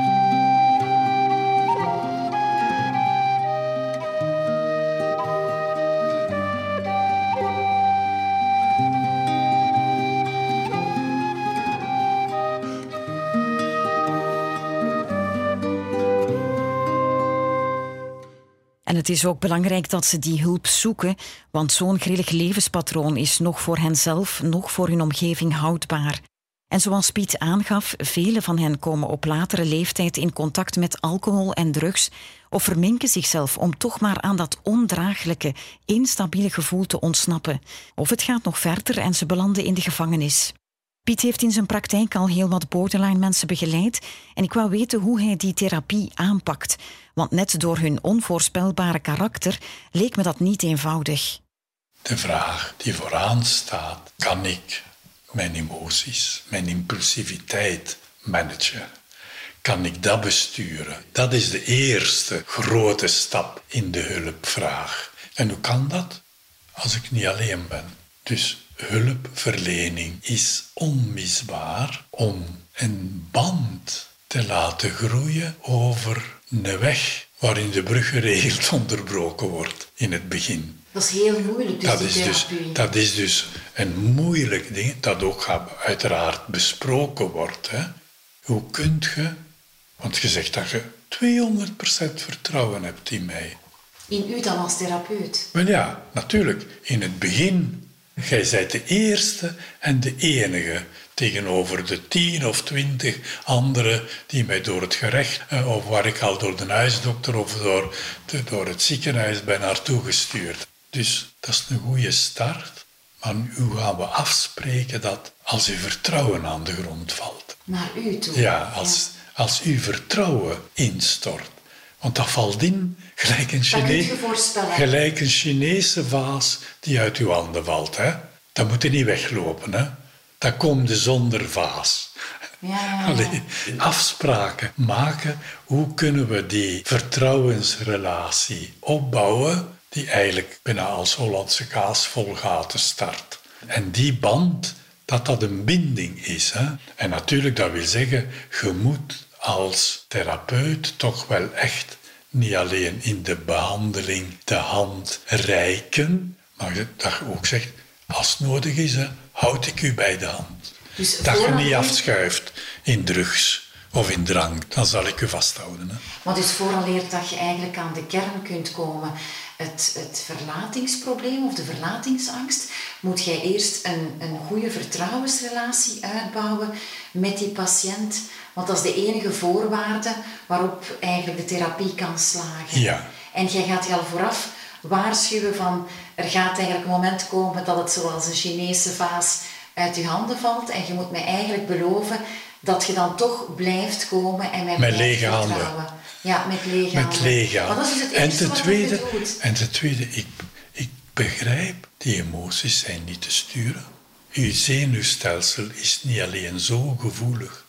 En het is ook belangrijk dat ze die hulp zoeken, want zo'n grillig levenspatroon is nog voor henzelf, nog voor hun omgeving houdbaar. En zoals Piet aangaf, velen van hen komen op latere leeftijd in contact met alcohol en drugs of verminken zichzelf om toch maar aan dat ondraaglijke, instabiele gevoel te ontsnappen. Of het gaat nog verder en ze belanden in de gevangenis. Piet heeft in zijn praktijk al heel wat borderline mensen begeleid en ik wou weten hoe hij die therapie aanpakt. Want net door hun onvoorspelbare karakter leek me dat niet eenvoudig. De vraag die vooraan staat, kan ik mijn emoties, mijn impulsiviteit managen? Kan ik dat besturen? Dat is de eerste grote stap in de hulpvraag. En hoe kan dat? Als ik niet alleen ben. Dus hulpverlening is onmisbaar om een band te laten groeien over een weg waarin de brug geregeld onderbroken wordt in het begin. Dat is heel moeilijk, dus dat die is dus, therapie. dat is dus een moeilijk ding dat ook uiteraard besproken wordt. Hè. Hoe kunt je, want je zegt dat je tweehonderd procent vertrouwen hebt in mij. In u dan als therapeut? Wel ja, natuurlijk. In het begin, jij bent de eerste en de enige tegenover de tien of twintig anderen die mij door het gerecht, of waar ik al door de huisdokter of door, de, door het ziekenhuis ben naartoe gestuurd. Dus dat is een goede start. Maar nu gaan we afspreken dat als uw vertrouwen aan de grond valt. Naar u toe? Ja, als, ja. als uw vertrouwen instort. Want dat valt in gelijk een, Chine- gelijk een Chinese vaas die uit uw handen valt. Hè? Dat moet je niet weglopen. Hè? Dat komt zonder vaas. Ja, ja, ja. Allee, afspraken maken. Hoe kunnen we die vertrouwensrelatie opbouwen die eigenlijk bijna als Hollandse kaas vol gaten start. En die band, dat dat een binding is. Hè? En natuurlijk, dat wil zeggen, je moet als therapeut toch wel echt niet alleen in de behandeling de hand reiken, maar dat je ook zegt, als het nodig is, hè, houd ik u bij de hand. Dus dat je niet u... afschuift in drugs of in drank, dan zal ik u vasthouden. Hè. Maar dus vooraleer dat je eigenlijk aan de kern kunt komen, het, het verlatingsprobleem of de verlatingsangst, moet jij eerst een, een goede vertrouwensrelatie uitbouwen met die patiënt. Want dat is de enige voorwaarde waarop eigenlijk de therapie kan slagen. Ja. En jij gaat je al vooraf waarschuwen van, er gaat eigenlijk een moment komen dat het zoals een Chinese vaas uit je handen valt. En je moet mij eigenlijk beloven dat je dan toch blijft komen en mij met blijft lege vertrouwen. handen. Ja, met lege met handen. Lege handen. Maar dat is het en eerste ten wat tweede, je doet. En ten tweede, ik, ik begrijp, die emoties zijn niet te sturen. Uw zenuwstelsel is niet alleen zo gevoelig,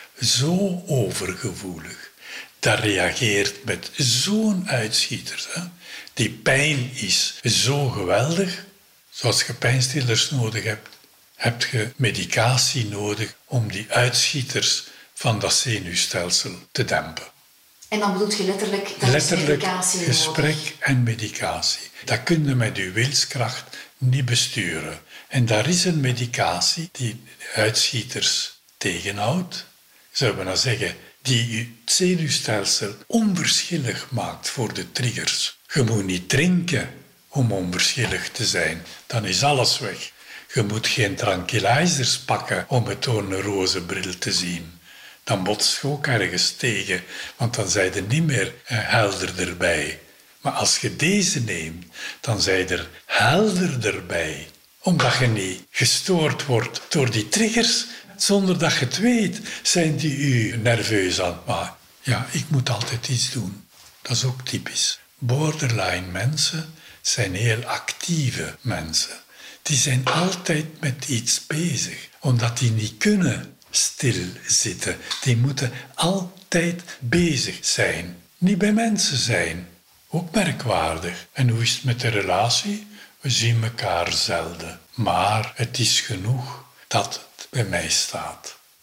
zo overgevoelig. Dat reageert met zo'n uitschieter. Hè? Die pijn is zo geweldig. Zoals je pijnstillers nodig hebt, heb je medicatie nodig om die uitschieters van dat zenuwstelsel te dempen. En dan bedoelt je letterlijk, dat letterlijk is medicatie gesprek nodig. en medicatie. Dat kun je met je wilskracht niet besturen. En daar is een medicatie die uitschieters tegenhoudt. Zou we nou zeggen, die je zenuwstelsel onverschillig maakt voor de triggers. Je moet niet drinken om onverschillig te zijn. Dan is alles weg. Je moet geen tranquilizers pakken om het door een roze bril te zien. Dan botst je ook ergens tegen, want dan zijn je niet meer helderder bij. Maar als je deze neemt, dan zijn je er helderder bij. Omdat je niet gestoord wordt door die triggers, zonder dat je het weet, zijn die je nerveus aan het maken. Ja, ik moet altijd iets doen. Dat is ook typisch. Borderline mensen zijn heel actieve mensen. Die zijn altijd met iets bezig, omdat die niet kunnen stilzitten. Die moeten altijd bezig zijn. Niet bij mensen zijn. Ook merkwaardig. En hoe is het met de relatie? We zien elkaar zelden. Maar het is genoeg dat het bij mij staat.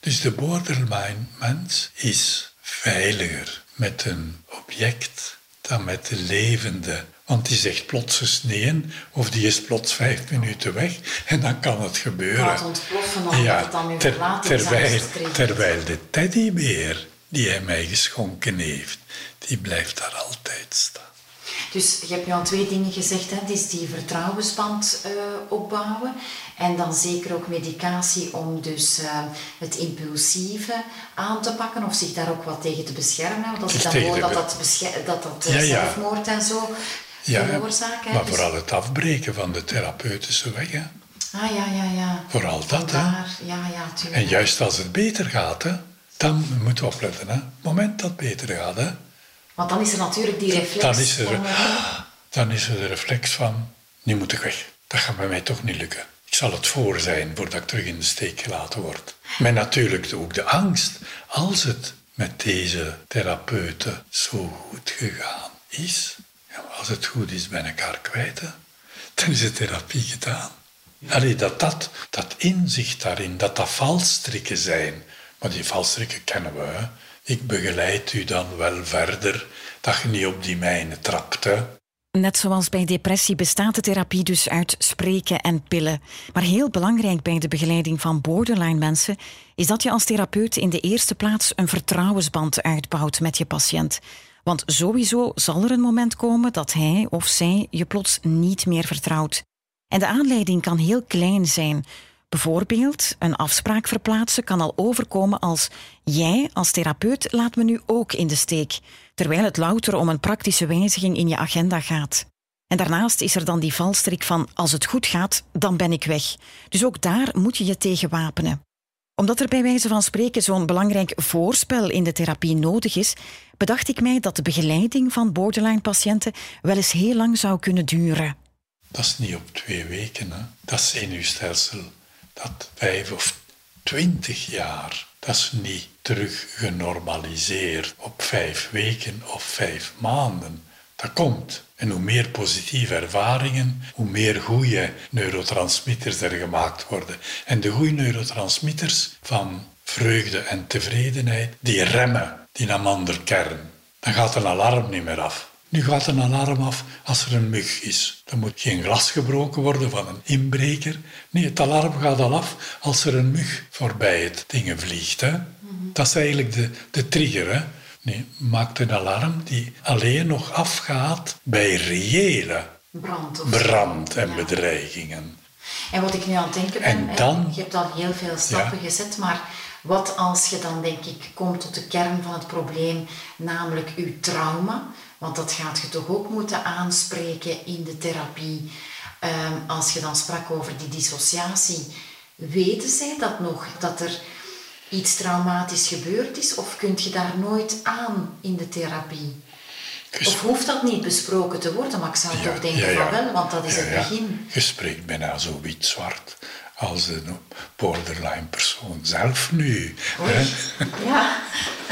Dus de borderline mens is veiliger met een object dan met de levende. Want die zegt plots eens nee, of die is plots vijf minuten weg en dan kan het gebeuren. Laat ontploffen omdat ja, het dan uw ter, terwijl, terwijl, terwijl de teddybeer die hij mij geschonken heeft, die blijft daar altijd staan. Dus je hebt nu al twee dingen gezegd. Hè? Het is die vertrouwensband uh, opbouwen. En dan zeker ook medicatie om dus uh, het impulsieve aan te pakken. Of zich daar ook wat tegen te beschermen. Want als je dan hoort dat dat, bescher- dat, dat uh, ja, ja. zelfmoord en zo ja, veroorzaken. Maar dus... vooral het afbreken van de therapeutische weg. Hè? Ah ja, ja, ja. Vooral dat. Hè? Ja, ja, tuurlijk. En juist als het beter gaat, hè, dan moeten we opletten. Hè? Op het moment dat het beter gaat... Hè, want dan is er natuurlijk die reflex. Dan is er, om... dan is er de reflex van, nu moet ik weg. Dat gaat bij mij toch niet lukken. Ik zal het voor zijn voordat ik terug in de steek gelaten word. Maar natuurlijk ook de angst. Als het met deze therapeuten zo goed gegaan is, ja, maar als het goed is, ben ik haar kwijt. Hè. Dan is de therapie gedaan. Allee, dat, dat, dat inzicht daarin, dat dat valstrikken zijn. Maar die valstrikken kennen we, hè. Ik begeleid u dan wel verder, dat je niet op die mijnen trapt. Hè? Net zoals bij depressie bestaat de therapie dus uit spreken en pillen. Maar heel belangrijk bij de begeleiding van borderline mensen is dat je als therapeut in de eerste plaats een vertrouwensband uitbouwt met je patiënt. Want sowieso zal er een moment komen dat hij of zij je plots niet meer vertrouwt. En de aanleiding kan heel klein zijn. Bijvoorbeeld, een afspraak verplaatsen kan al overkomen als jij als therapeut laat me nu ook in de steek, terwijl het louter om een praktische wijziging in je agenda gaat. En daarnaast is er dan die valstrik van als het goed gaat, dan ben ik weg. Dus ook daar moet je je tegen wapenen. Omdat er bij wijze van spreken zo'n belangrijk voorspel in de therapie nodig is, bedacht ik mij dat de begeleiding van borderline-patiënten wel eens heel lang zou kunnen duren. Dat is niet op twee weken, hè. Dat zenuwstelsel, dat vijf of twintig jaar, dat is niet terug genormaliseerd op vijf weken of vijf maanden. Dat komt. En hoe meer positieve ervaringen, hoe meer goede neurotransmitters er gemaakt worden. En de goede neurotransmitters van vreugde en tevredenheid, die remmen die amandelkern. Dan gaat een alarm niet meer af. Nu gaat een alarm af als er een mug is. Er moet geen glas gebroken worden van een inbreker. Nee, het alarm gaat al af als er een mug voorbij het ding vliegt. Hè? Mm-hmm. Dat is eigenlijk de, de trigger. Hè? Nee, maakt een alarm die alleen nog afgaat bij reële brand, of brand en ja. bedreigingen. En wat ik nu aan het denken ben, en dan, je hebt al heel veel stappen ja. gezet, maar wat als je dan, denk ik, komt tot de kern van het probleem, namelijk uw trauma, want dat gaat je toch ook moeten aanspreken in de therapie. Um, als je dan sprak over die dissociatie, weten zij dat nog, dat er iets traumatisch gebeurd is, of kun je daar nooit aan in de therapie? Ges- of hoeft dat niet besproken te worden? Maar ik zou ja, toch denken ja, ja. van wel, want dat is ja, het begin. Ja. Je spreekt bijna zo wit-zwart als de borderline persoon zelf nu. Oei, ja.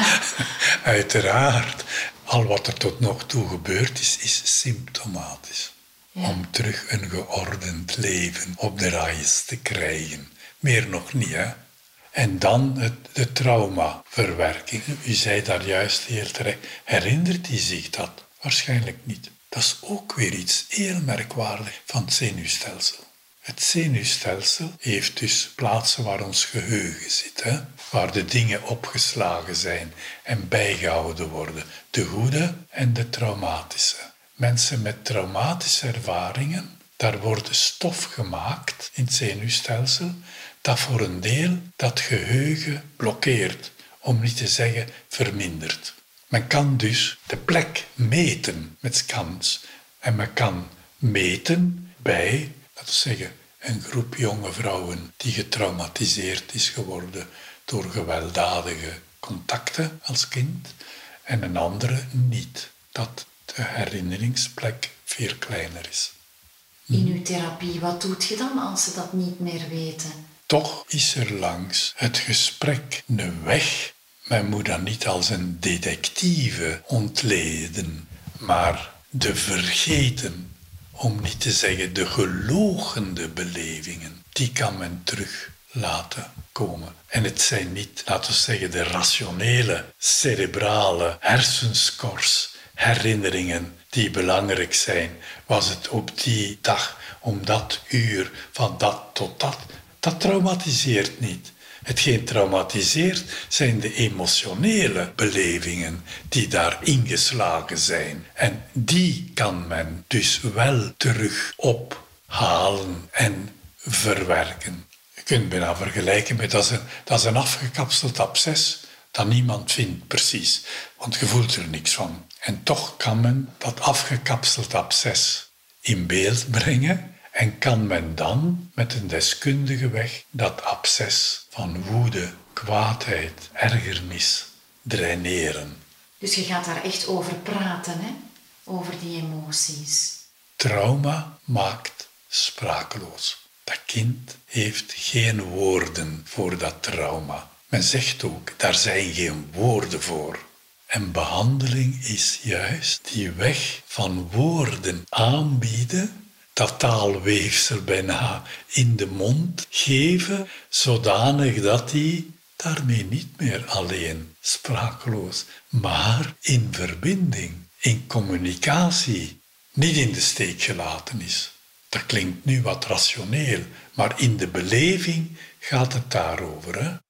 Uiteraard. Al wat er tot nog toe gebeurd is, is symptomatisch. Ja. Om terug een geordend leven op de rails te krijgen. Meer nog niet, hè. En dan het, de traumaverwerking. U zei daar juist heel terecht. Herinnert hij zich dat? Waarschijnlijk niet. Dat is ook weer iets heel merkwaardigs van het zenuwstelsel. Het zenuwstelsel heeft dus plaatsen waar ons geheugen zit, hè? Waar de dingen opgeslagen zijn en bijgehouden worden. De goede en de traumatische. Mensen met traumatische ervaringen, daar wordt stof gemaakt in het zenuwstelsel dat voor een deel dat geheugen blokkeert, om niet te zeggen vermindert. Men kan dus de plek meten met scans en men kan meten bij, laten we zeggen, een groep jonge vrouwen die getraumatiseerd is geworden door gewelddadige contacten als kind en een andere niet, dat de herinneringsplek veel kleiner is. In uw therapie, wat doet je dan als ze dat niet meer weten? Toch is er langs het gesprek een weg. Men moet dat niet als een detectieve ontleden, maar de vergeten, om niet te zeggen de geloochende belevingen, die kan men terug laten komen. En het zijn niet, laten we zeggen, de rationele, cerebrale hersenskors, herinneringen die belangrijk zijn. Was het op die dag, om dat uur, van dat tot dat? Dat traumatiseert niet. Hetgeen traumatiseert zijn de emotionele belevingen die daar ingeslagen zijn. En die kan men dus wel terug ophalen en verwerken. Je kunt bijna vergelijken met dat is een, dat is een afgekapseld absces dat niemand vindt precies, want je voelt er niks van. En toch kan men dat afgekapseld absces in beeld brengen en kan men dan met een deskundige weg dat absces van woede, kwaadheid, ergernis draineren. Dus je gaat daar echt over praten, hè? Over die emoties. Trauma maakt sprakeloos. Dat kind heeft geen woorden voor dat trauma. Men zegt ook, daar zijn geen woorden voor. En behandeling is juist die weg van woorden aanbieden, dat taalweefsel bijna in de mond geven, zodanig dat die daarmee niet meer alleen sprakeloos, maar in verbinding, in communicatie, niet in de steek gelaten is. Dat klinkt nu wat rationeel, maar in de beleving gaat het daarover, hè?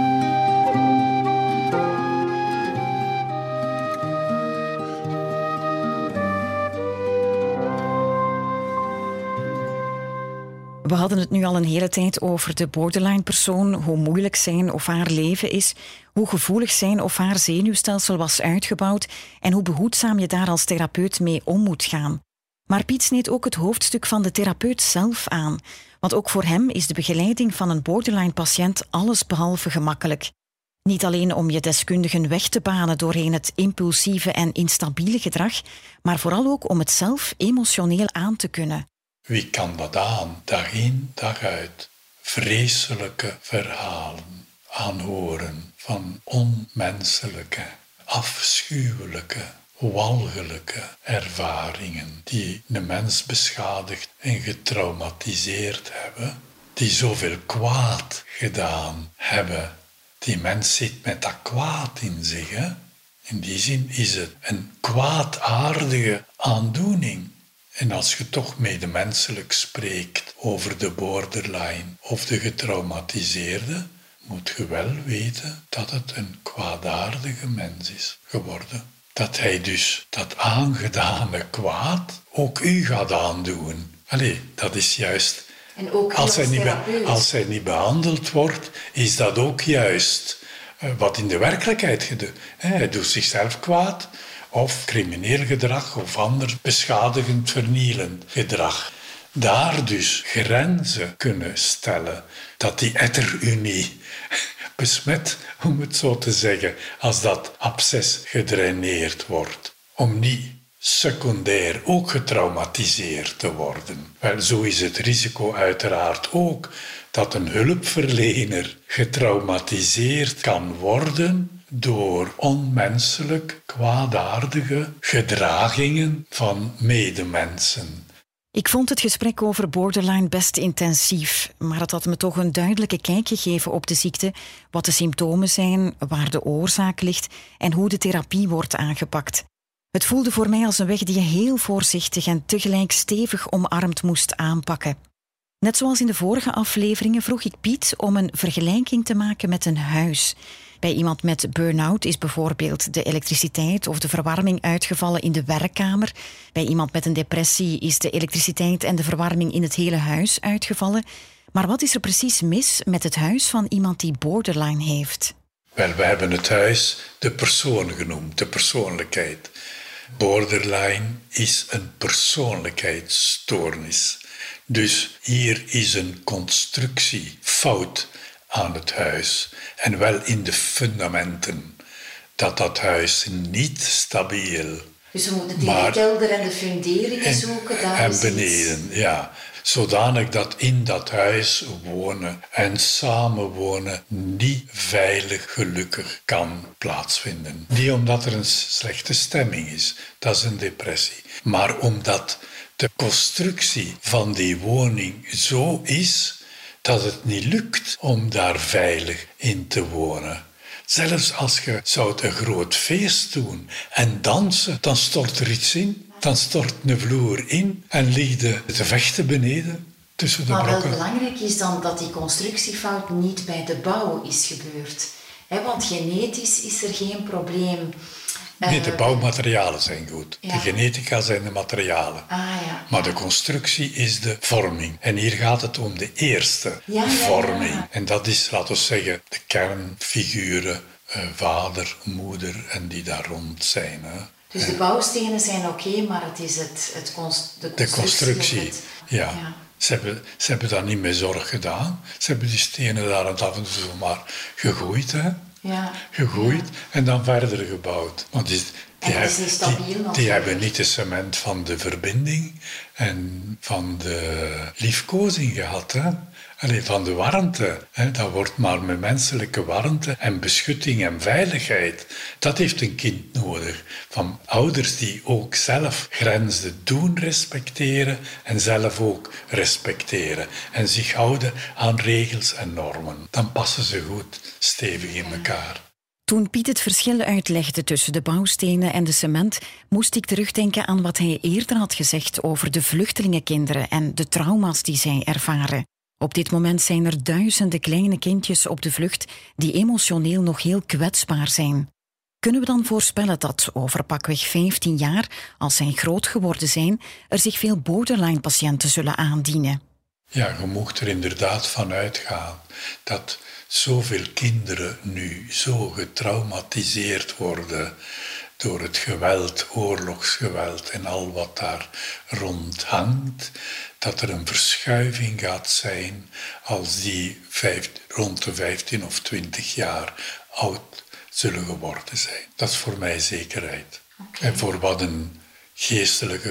We hadden het nu al een hele tijd over de borderline-persoon, hoe moeilijk zijn of haar leven is, hoe gevoelig zijn of haar zenuwstelsel was uitgebouwd en hoe behoedzaam je daar als therapeut mee om moet gaan. Maar Piet sneed ook het hoofdstuk van de therapeut zelf aan, want ook voor hem is de begeleiding van een borderline-patiënt allesbehalve gemakkelijk. Niet alleen om je deskundigen weg te banen doorheen het impulsieve en instabiele gedrag, maar vooral ook om het zelf emotioneel aan te kunnen. Wie kan dat aan, dag in, dag uit? Vreselijke verhalen aanhoren van onmenselijke, afschuwelijke, walgelijke ervaringen die de mens beschadigd en getraumatiseerd hebben, die zoveel kwaad gedaan hebben. Die mens zit met dat kwaad in zich, hè? In die zin is het een kwaadaardige aandoening. En als je toch medemenselijk spreekt over de borderline of de getraumatiseerde, moet je wel weten dat het een kwaadaardige mens is geworden. Dat hij dus dat aangedane kwaad ook u gaat aandoen. Allee, dat is juist... En ook als, hij niet be- als hij niet behandeld wordt, is dat ook juist uh, wat in de werkelijkheid gebeurt. Hij doet zichzelf kwaad, of crimineel gedrag, of ander beschadigend, vernielend gedrag. Daar dus grenzen kunnen stellen, dat die eterunie besmet, om het zo te zeggen, als dat absces gedraineerd wordt, om niet secundair ook getraumatiseerd te worden. Wel, zo is het risico uiteraard ook dat een hulpverlener getraumatiseerd kan worden door onmenselijk kwaadaardige gedragingen van medemensen. Ik vond het gesprek over borderline best intensief, maar het had me toch een duidelijke kijk gegeven op de ziekte, wat de symptomen zijn, waar de oorzaak ligt en hoe de therapie wordt aangepakt. Het voelde voor mij als een weg die je heel voorzichtig en tegelijk stevig omarmd moest aanpakken. Net zoals in de vorige afleveringen vroeg ik Piet om een vergelijking te maken met een huis. Bij iemand met burn-out is bijvoorbeeld de elektriciteit of de verwarming uitgevallen in de werkkamer. Bij iemand met een depressie is de elektriciteit en de verwarming in het hele huis uitgevallen. Maar wat is er precies mis met het huis van iemand die borderline heeft? Wel, we hebben het huis de persoon genoemd, de persoonlijkheid. Borderline is een persoonlijkheidsstoornis. Dus hier is een constructiefout aan het huis. En wel in de fundamenten. Dat dat huis niet stabiel... Dus we moeten die maar, kelder en de funderingen en, zoeken. Daar en beneden, iets. Ja. Zodanig dat in dat huis wonen en samenwonen niet veilig, gelukkig kan plaatsvinden. Niet omdat er een slechte stemming is, dat is een depressie. Maar omdat de constructie van die woning zo is dat het niet lukt om daar veilig in te wonen. Zelfs als je zou een groot feest doen en dansen, dan stort er iets in. Dan stort een vloer in en ligt de, de vechten beneden tussen de maar brokken. wel belangrijk is dan dat die constructiefout niet bij de bouw is gebeurd. He, want genetisch is er geen probleem. Nee, de Uh, bouwmaterialen zijn goed. Ja. De genetica zijn de materialen. Ah, ja, Maar ja. de constructie is de vorming. En hier gaat het om de eerste Ja, ja, vorming. ja. En dat is, laten we zeggen, de kernfiguren, uh, vader, moeder en die daar rond zijn. Hè. Dus de bouwstenen zijn oké, okay, maar het is het, het const, de constructie. De constructie, het, ja. ja. Ze hebben, ze hebben dat niet met zorg gedaan. Ze hebben die stenen daar af en toe maar gegooid, hè. Ja. Gegooid Ja. en dan verder gebouwd. Want die, die, En dat is niet stabiel die, natuurlijk. die hebben niet de cement van de verbinding en van de liefkozing gehad. Hè? Allee, van de warmte. Hè? Dat wordt maar met menselijke warmte en beschutting en veiligheid. Dat heeft een kind nodig. Van ouders die ook zelf grenzen doen respecteren en zelf ook respecteren. En zich houden aan regels en normen. Dan passen ze goed stevig in elkaar. Toen Piet het verschil uitlegde tussen de bouwstenen en de cement, moest ik terugdenken aan wat hij eerder had gezegd over de vluchtelingenkinderen en de trauma's die zij ervaren. Op dit moment zijn er duizenden kleine kindjes op de vlucht die emotioneel nog heel kwetsbaar zijn. Kunnen we dan voorspellen dat over pakweg vijftien jaar, als zij groot geworden zijn, er zich veel borderline-patiënten zullen aandienen? Ja, je mocht er inderdaad van uitgaan dat zoveel kinderen nu zo getraumatiseerd worden door het geweld, oorlogsgeweld en al wat daar rond hangt, dat er een verschuiving gaat zijn als die vijf, rond de vijftien of twintig jaar oud zullen geworden zijn. Dat is voor mij zekerheid. Okay. En voor wat een geestelijke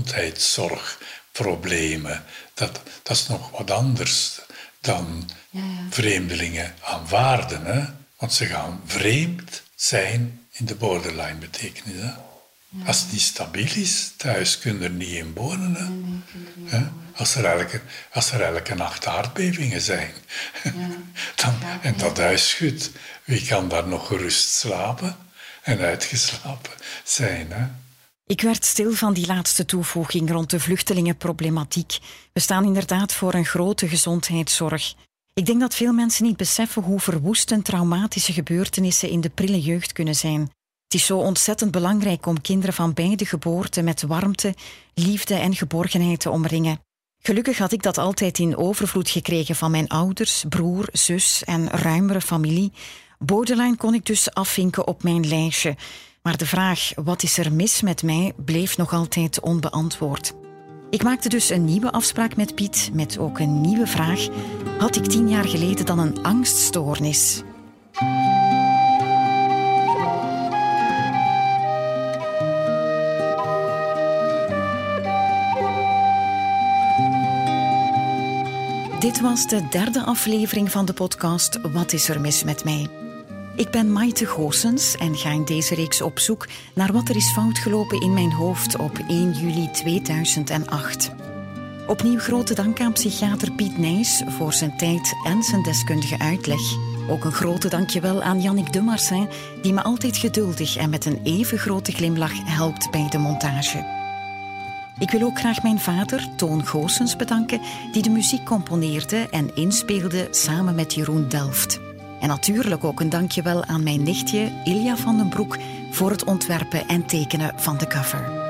gezondheidszorgproblemen, dat, dat is nog wat anders dan ja, ja. vreemdelingen aanvaarden. Hè? Want ze gaan vreemd zijn in de borderline betekenis. Hè? Ja. Als het niet stabiel is, thuis kun je er niet in wonen. Hè? Nee, nee, Hè? Als, er elke, als er elke nacht aardbevingen zijn. Ja. Dan, en dat huis schudt, wie kan daar nog gerust slapen en uitgeslapen zijn? Hè? Ik werd stil van die laatste toevoeging rond de vluchtelingenproblematiek. We staan inderdaad voor een grote gezondheidszorg. Ik denk dat veel mensen niet beseffen hoe verwoestend traumatische gebeurtenissen in de prille jeugd kunnen zijn. Het is zo ontzettend belangrijk om kinderen van beide geboorten met warmte, liefde en geborgenheid te omringen. Gelukkig had ik dat altijd in overvloed gekregen van mijn ouders, broer, zus en ruimere familie. Borderline kon ik dus afvinken op mijn lijstje. Maar de vraag, wat is er mis met mij, bleef nog altijd onbeantwoord. Ik maakte dus een nieuwe afspraak met Piet, met ook een nieuwe vraag. Had ik tien jaar geleden dan een angststoornis? Dit was de derde aflevering van de podcast Wat is er mis met mij? Ik ben Maite Goossens en ga in deze reeks op zoek naar wat er is fout gelopen in mijn hoofd op één juli tweeduizend acht. Opnieuw grote dank aan psychiater Piet Nijs voor zijn tijd en zijn deskundige uitleg. Ook een grote dankjewel aan Yannick de Marsin, die me altijd geduldig en met een even grote glimlach helpt bij de montage. Ik wil ook graag mijn vader, Toon Goossens, bedanken, die de muziek componeerde en inspeelde samen met Jeroen Delft. En natuurlijk ook een dankjewel aan mijn nichtje Ilja van den Broek voor het ontwerpen en tekenen van de cover.